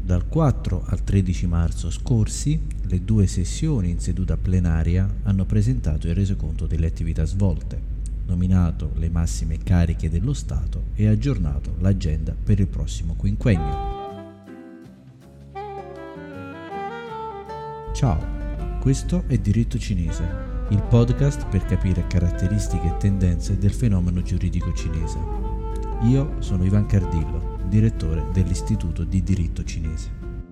Dal 4 al 13 marzo scorsi, le 2 sessioni in seduta plenaria hanno presentato il resoconto delle attività svolte, nominato le massime cariche dello Stato e aggiornato l'agenda per il prossimo quinquennio. Ciao, questo è Diritto Cinese, il podcast per capire caratteristiche e tendenze del fenomeno giuridico cinese. Io sono Ivan Cardillo, direttore dell'Istituto di Diritto Cinese.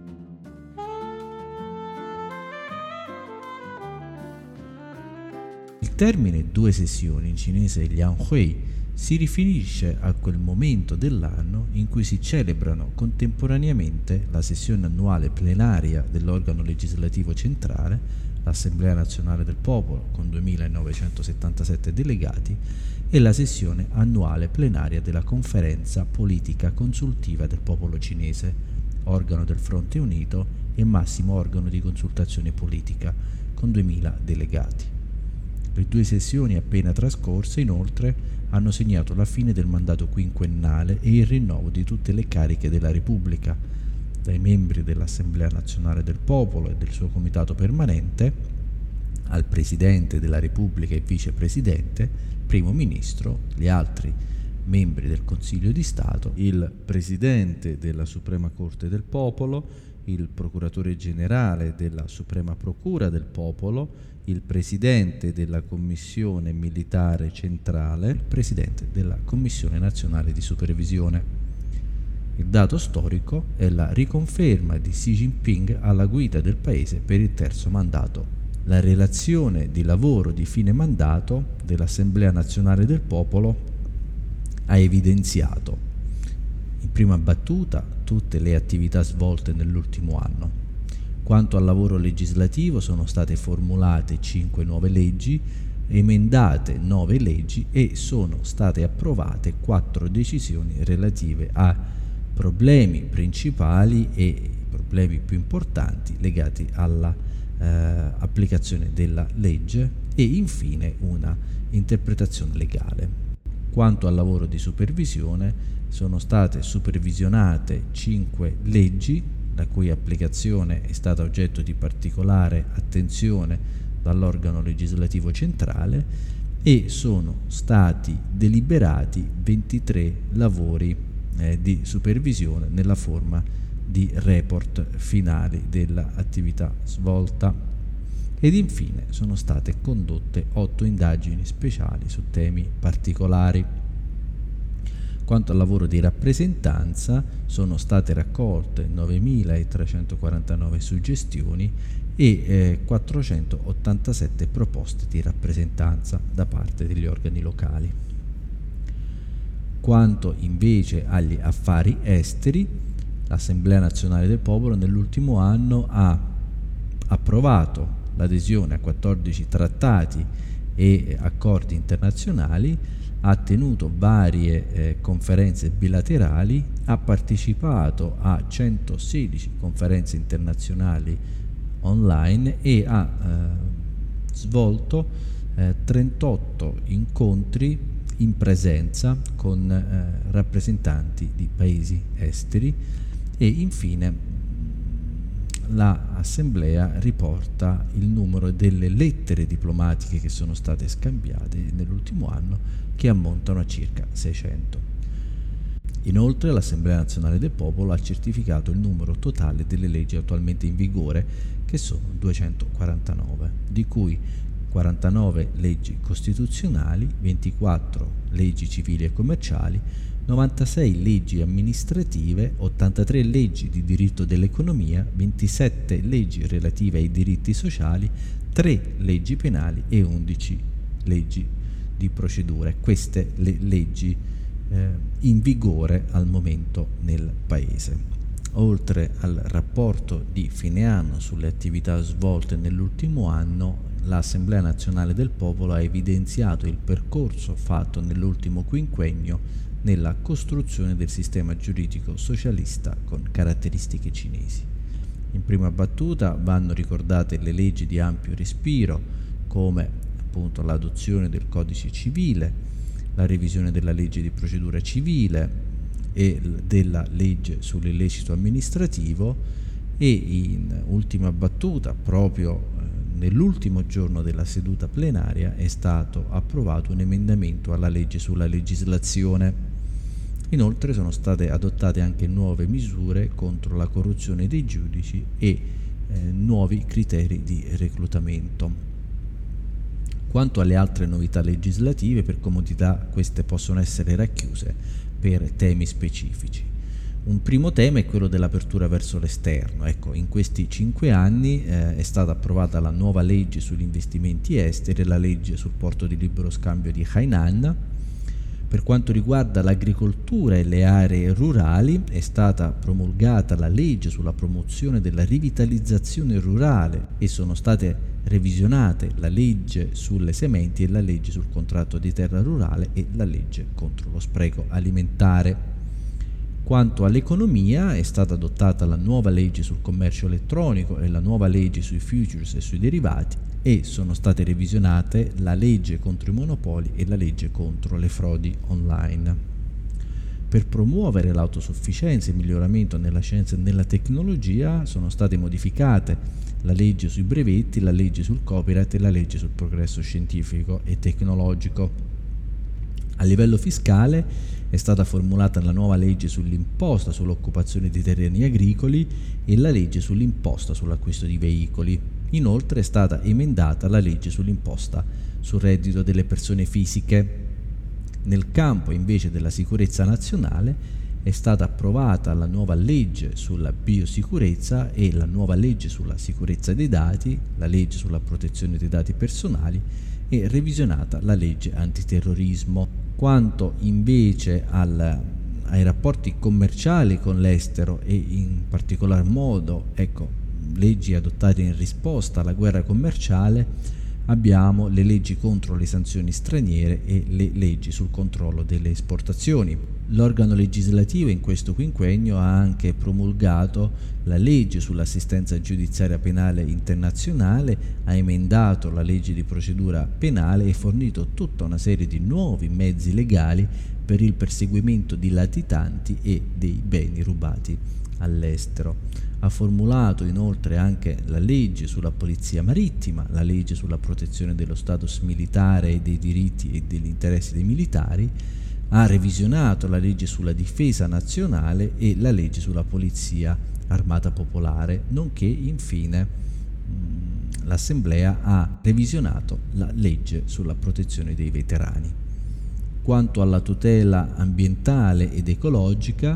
Il termine 2 sessioni, in cinese Lianghui, si riferisce a quel momento dell'anno in cui si celebrano contemporaneamente la sessione annuale plenaria dell'organo legislativo centrale, l'Assemblea Nazionale del Popolo con 2.977 delegati, e la sessione annuale plenaria della Conferenza Politica Consultiva del Popolo Cinese, organo del Fronte Unito e massimo organo di consultazione politica, con 2.000 delegati. Le 2 sessioni appena trascorse, inoltre, hanno segnato la fine del mandato quinquennale e il rinnovo di tutte le cariche della Repubblica, dai membri dell'Assemblea Nazionale del Popolo e del suo Comitato Permanente, al Presidente della Repubblica e Vicepresidente, Primo Ministro, gli altri membri del Consiglio di Stato, il Presidente della Suprema Corte del Popolo, il Procuratore Generale della Suprema Procura del Popolo, il Presidente della Commissione Militare Centrale, il Presidente della Commissione Nazionale di Supervisione. Il dato storico è la riconferma di Xi Jinping alla guida del paese per il 3° mandato. La relazione di lavoro di fine mandato dell'Assemblea Nazionale del Popolo ha evidenziato, in prima battuta, tutte le attività svolte nell'ultimo anno. Quanto al lavoro legislativo, sono state formulate 5 nuove leggi, emendate 9 leggi e sono state approvate 4 decisioni relative a problemi principali e problemi più importanti legati alla applicazione della legge e infine una interpretazione legale. Quanto al lavoro di supervisione, sono state supervisionate 5 leggi, la cui applicazione è stata oggetto di particolare attenzione dall'organo legislativo centrale, e sono stati deliberati 23 lavori di supervisione nella forma di report finali dell'attività svolta, ed infine sono state condotte 8 indagini speciali su temi particolari. Quanto al lavoro di rappresentanza, sono state raccolte 9.349 suggestioni e 487 proposte di rappresentanza da parte degli organi locali. Quanto invece agli affari esteri, l'Assemblea Nazionale del Popolo nell'ultimo anno ha approvato l'adesione a 14 trattati e accordi internazionali, ha tenuto varie conferenze bilaterali, ha partecipato a 116 conferenze internazionali online e ha svolto 38 incontri in presenza con rappresentanti di paesi esteri. E infine l'Assemblea riporta il numero delle lettere diplomatiche che sono state scambiate nell'ultimo anno, che ammontano a circa 600. Inoltre l'Assemblea Nazionale del Popolo ha certificato il numero totale delle leggi attualmente in vigore, che sono 249, di cui 49 leggi costituzionali, 24 leggi civili e commerciali, 96 leggi amministrative, 83 leggi di diritto dell'economia, 27 leggi relative ai diritti sociali, 3 leggi penali e 11 leggi di procedura. Queste le leggi in vigore al momento nel Paese. Oltre al rapporto di fine anno sulle attività svolte nell'ultimo anno, l'Assemblea Nazionale del Popolo ha evidenziato il percorso fatto nell'ultimo quinquennio nella costruzione del sistema giuridico socialista con caratteristiche cinesi. In prima battuta vanno ricordate le leggi di ampio respiro, come appunto l'adozione del Codice Civile, la revisione della legge di procedura civile, e della legge sull'illecito amministrativo, e in ultima battuta, proprio nell'ultimo giorno della seduta plenaria, è stato approvato un emendamento alla legge sulla legislazione. Inoltre sono state adottate anche nuove misure contro la corruzione dei giudici e nuovi criteri di reclutamento. Quanto alle altre novità legislative, per comodità queste possono essere racchiuse per temi specifici. Un primo tema è quello dell'apertura verso l'esterno. Ecco, in questi 5 anni è stata approvata la nuova legge sugli investimenti esteri, la legge sul porto di libero scambio di Hainan. Per quanto riguarda l'agricoltura e le aree rurali, è stata promulgata la legge sulla promozione della rivitalizzazione rurale e sono state revisionate la legge sulle sementi e la legge sul contratto di terra rurale e la legge contro lo spreco alimentare. Quanto all'economia, è stata adottata la nuova legge sul commercio elettronico e la nuova legge sui futures e sui derivati, e sono state revisionate la legge contro i monopoli e la legge contro le frodi online. Per promuovere l'autosufficienza e il miglioramento nella scienza e nella tecnologia sono state modificate la legge sui brevetti, la legge sul copyright e la legge sul progresso scientifico e tecnologico. A livello fiscale è stata formulata la nuova legge sull'imposta sull'occupazione di terreni agricoli e la legge sull'imposta sull'acquisto di veicoli. Inoltre è stata emendata la legge sull'imposta sul reddito delle persone fisiche. Nel campo invece della sicurezza nazionale è stata approvata la nuova legge sulla biosicurezza e la nuova legge sulla sicurezza dei dati, la legge sulla protezione dei dati personali e revisionata la legge antiterrorismo. Quanto invece ai rapporti commerciali con l'estero e in particolar modo, leggi adottate in risposta alla guerra commerciale, abbiamo le leggi contro le sanzioni straniere e le leggi sul controllo delle esportazioni. L'organo legislativo in questo quinquennio ha anche promulgato la legge sull'assistenza giudiziaria penale internazionale, ha emendato la legge di procedura penale e fornito tutta una serie di nuovi mezzi legali per il perseguimento di latitanti e dei beni rubati all'estero. Ha formulato inoltre anche la legge sulla polizia marittima, la legge sulla protezione dello status militare e dei diritti e degli interessi dei militari, ha revisionato la legge sulla difesa nazionale e la legge sulla polizia armata popolare, nonché infine l'Assemblea ha revisionato la legge sulla protezione dei veterani. Quanto alla tutela ambientale ed ecologica,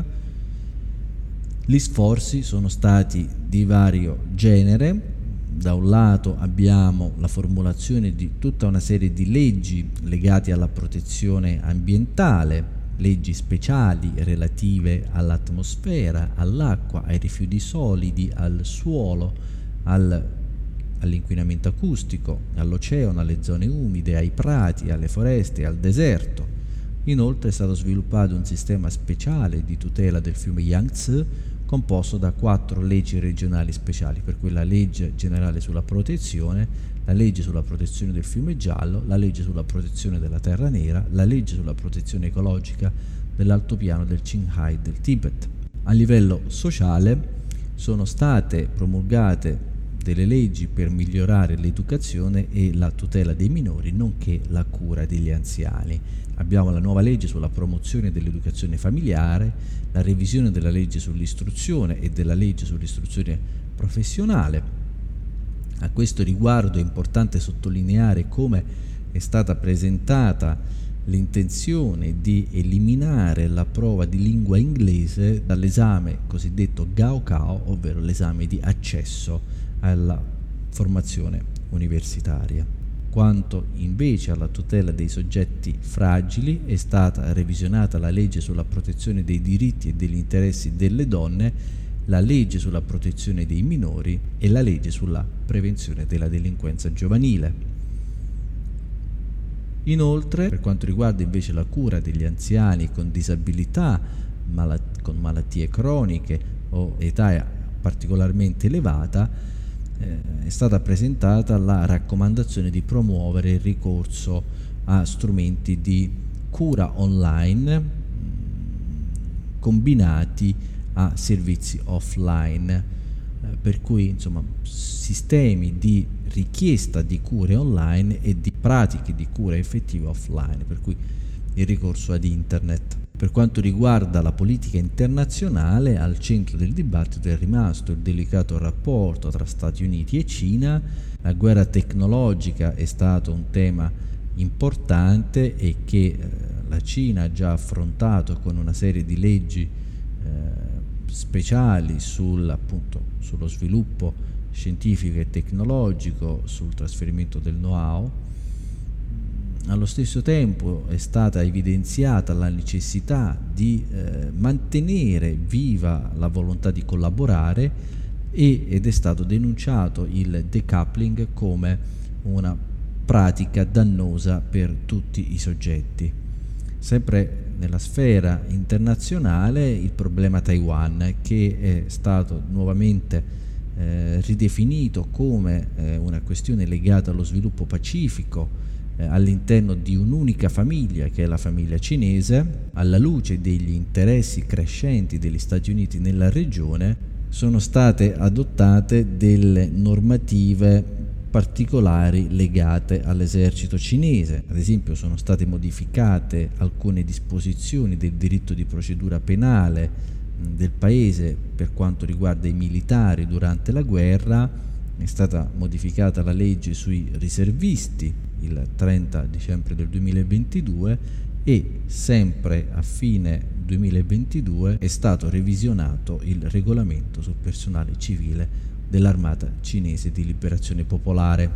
gli sforzi sono stati di vario genere. Da un lato abbiamo la formulazione di tutta una serie di leggi legate alla protezione ambientale, leggi speciali relative all'atmosfera, all'acqua, ai rifiuti solidi, al suolo, all'inquinamento acustico, all'oceano, alle zone umide, ai prati, alle foreste, al deserto. Inoltre è stato sviluppato un sistema speciale di tutela del fiume Yangtze, composto da 4 leggi regionali speciali, per cui la legge generale sulla protezione, la legge sulla protezione del fiume Giallo, la legge sulla protezione della Terra Nera, la legge sulla protezione ecologica dell'altopiano del Qinghai del Tibet. A livello sociale sono state promulgate delle leggi per migliorare l'educazione e la tutela dei minori, nonché la cura degli anziani. Abbiamo la nuova legge sulla promozione dell'educazione familiare, la revisione della legge sull'istruzione e della legge sull'istruzione professionale. A questo riguardo è importante sottolineare come è stata presentata l'intenzione di eliminare la prova di lingua inglese dall'esame cosiddetto Gaokao, ovvero l'esame di accesso alla formazione universitaria. Quanto invece alla tutela dei soggetti fragili, è stata revisionata la legge sulla protezione dei diritti e degli interessi delle donne, la legge sulla protezione dei minori e la legge sulla prevenzione della delinquenza giovanile. Inoltre, per quanto riguarda invece la cura degli anziani con disabilità, con malattie croniche o età particolarmente elevata, è stata presentata la raccomandazione di promuovere il ricorso a strumenti di cura online combinati a servizi offline, per cui insomma sistemi di richiesta di cure online e di pratiche di cura effettiva offline, per cui il ricorso ad internet. Per quanto riguarda la politica internazionale, al centro del dibattito è rimasto il delicato rapporto tra Stati Uniti e Cina. La guerra tecnologica è stato un tema importante e che la Cina ha già affrontato con una serie di leggi speciali appunto, sullo sviluppo scientifico e tecnologico, sul trasferimento del know-how. Allo stesso tempo è stata evidenziata la necessità di mantenere viva la volontà di collaborare ed è stato denunciato il decoupling come una pratica dannosa per tutti i soggetti. Sempre nella sfera internazionale il problema Taiwan, che è stato nuovamente ridefinito come una questione legata allo sviluppo pacifico all'interno di un'unica famiglia, che è la famiglia cinese. Alla luce degli interessi crescenti degli Stati Uniti nella regione, sono state adottate delle normative particolari legate all'esercito cinese. Ad esempio sono state modificate alcune disposizioni del diritto di procedura penale del paese per quanto riguarda i militari durante la guerra. È stata modificata la legge sui riservisti il 30 dicembre del 2022 e sempre a fine 2022 è stato revisionato il regolamento sul personale civile dell'Armata Cinese di Liberazione Popolare.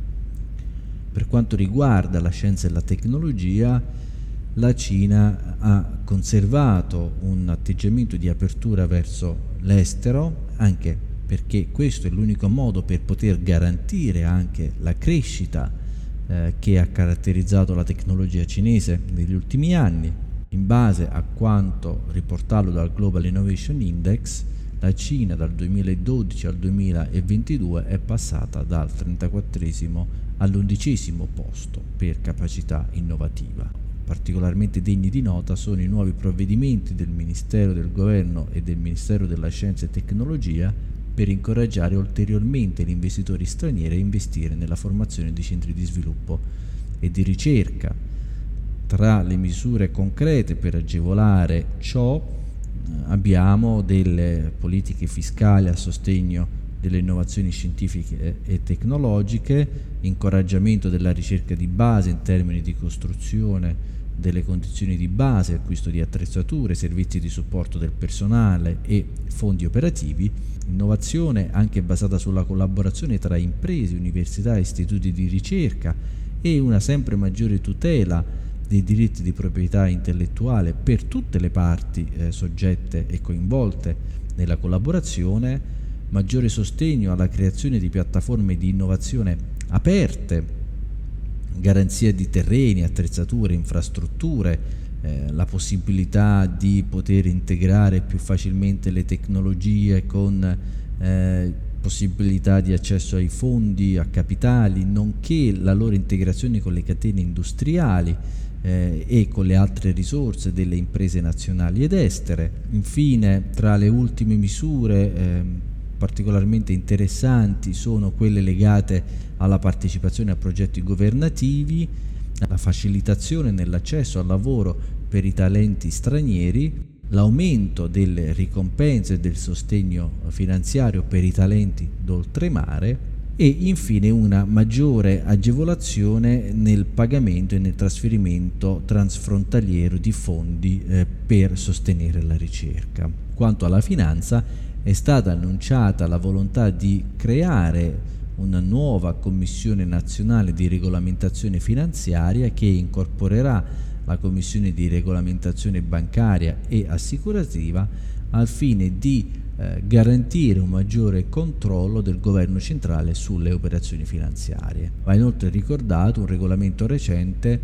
Per quanto riguarda la scienza e la tecnologia, la Cina ha conservato un atteggiamento di apertura verso l'estero, anche perché questo è l'unico modo per poter garantire anche la crescita che ha caratterizzato la tecnologia cinese negli ultimi anni. In base a quanto riportato dal Global Innovation Index, la Cina dal 2012 al 2022 è passata dal 34° all'11° posto per capacità innovativa. Particolarmente degni di nota sono i nuovi provvedimenti del Ministero del Governo e del Ministero della Scienza e Tecnologia per incoraggiare ulteriormente gli investitori stranieri a investire nella formazione di centri di sviluppo e di ricerca. Tra le misure concrete per agevolare ciò abbiamo delle politiche fiscali a sostegno delle innovazioni scientifiche e tecnologiche, incoraggiamento della ricerca di base in termini di costruzione delle condizioni di base, acquisto di attrezzature, servizi di supporto del personale e fondi operativi, innovazione anche basata sulla collaborazione tra imprese, università e istituti di ricerca e una sempre maggiore tutela dei diritti di proprietà intellettuale per tutte le parti soggette e coinvolte nella collaborazione, maggiore sostegno alla creazione di piattaforme di innovazione aperte, garanzia di terreni, attrezzature, infrastrutture, la possibilità di poter integrare più facilmente le tecnologie con possibilità di accesso ai fondi, a capitali, nonché la loro integrazione con le catene industriali e con le altre risorse delle imprese nazionali ed estere. Infine, tra le ultime misure particolarmente interessanti sono quelle legate alla partecipazione a progetti governativi, alla facilitazione nell'accesso al lavoro per i talenti stranieri, l'aumento delle ricompense e del sostegno finanziario per i talenti d'oltremare e infine una maggiore agevolazione nel pagamento e nel trasferimento transfrontaliero di fondi per sostenere la ricerca. Quanto alla finanza, è stata annunciata la volontà di creare una nuova Commissione nazionale di regolamentazione finanziaria che incorporerà la Commissione di regolamentazione bancaria e assicurativa al fine di garantire un maggiore controllo del governo centrale sulle operazioni finanziarie. Va inoltre ricordato un regolamento recente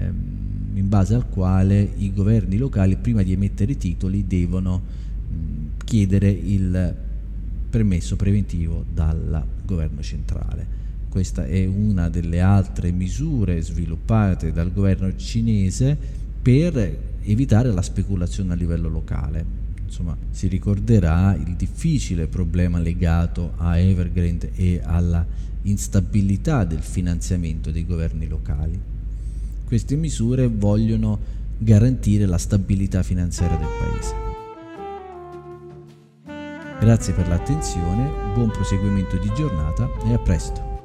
in base al quale i governi locali, prima di emettere titoli, devono chiedere il permesso preventivo dal governo centrale. Questa è una delle altre misure sviluppate dal governo cinese per evitare la speculazione a livello locale. Insomma, si ricorderà il difficile problema legato a Evergrande e alla instabilità del finanziamento dei governi locali. Queste misure vogliono garantire la stabilità finanziaria del paese. Grazie per l'attenzione, buon proseguimento di giornata e a presto.